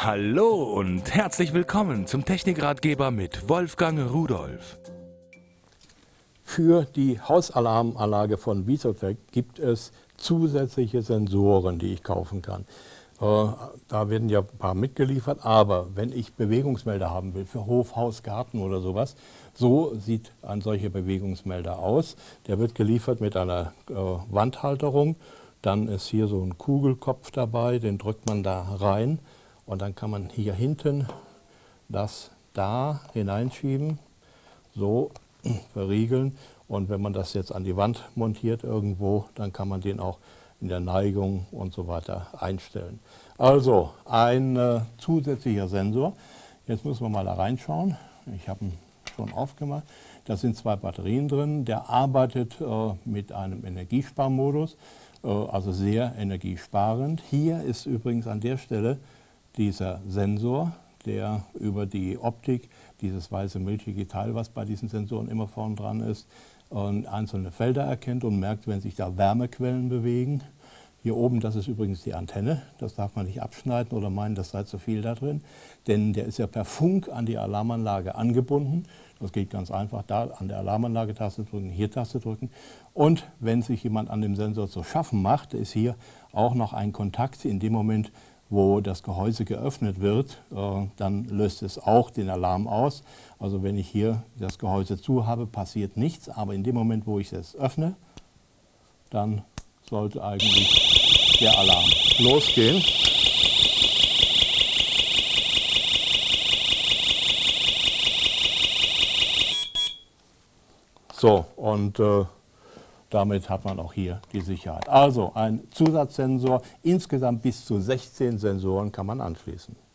Hallo und herzlich willkommen zum Technikratgeber mit Wolfgang Rudolph. Für die Hausalarmanlage von Visotec gibt es zusätzliche Sensoren, die ich kaufen kann. Da werden ja ein paar mitgeliefert, aber wenn ich Bewegungsmelder haben will für Hof, Haus, Garten oder sowas, so sieht ein solcher Bewegungsmelder aus. Der wird geliefert mit einer Wandhalterung. Dann ist hier so ein Kugelkopf dabei, den drückt man da rein und dann kann man hier hinten das da hineinschieben, so verriegeln, und wenn man das jetzt an die Wand montiert irgendwo, dann kann man den auch in der Neigung und so weiter einstellen. Also ein zusätzlicher Sensor. Jetzt müssen wir mal da reinschauen. Ich habe ihn schon aufgemacht. Da sind 2 Batterien drin. Der arbeitet mit einem Energiesparmodus, also sehr energiesparend. Hier ist übrigens an der Stelle dieser Sensor, der über die Optik, dieses weiße milchige Teil, was bei diesen Sensoren immer vorn dran ist, einzelne Felder erkennt und merkt, wenn sich da Wärmequellen bewegen. Hier oben, das ist übrigens die Antenne, das darf man nicht abschneiden oder meinen, das sei zu viel da drin, denn der ist ja per Funk an die Alarmanlage angebunden. Das geht ganz einfach, da an der Alarmanlage Taste drücken, hier Taste drücken. Und wenn sich jemand an dem Sensor zu schaffen macht, ist hier auch noch ein Kontakt. In dem Moment, wo das Gehäuse geöffnet wird, dann löst es auch den Alarm aus. Also wenn ich hier das Gehäuse zu habe, passiert nichts, aber in dem Moment, wo ich es öffne, dann sollte eigentlich der Alarm losgehen. So, und damit hat man auch hier die Sicherheit. Also ein Zusatzsensor, insgesamt bis zu 16 Sensoren kann man anschließen.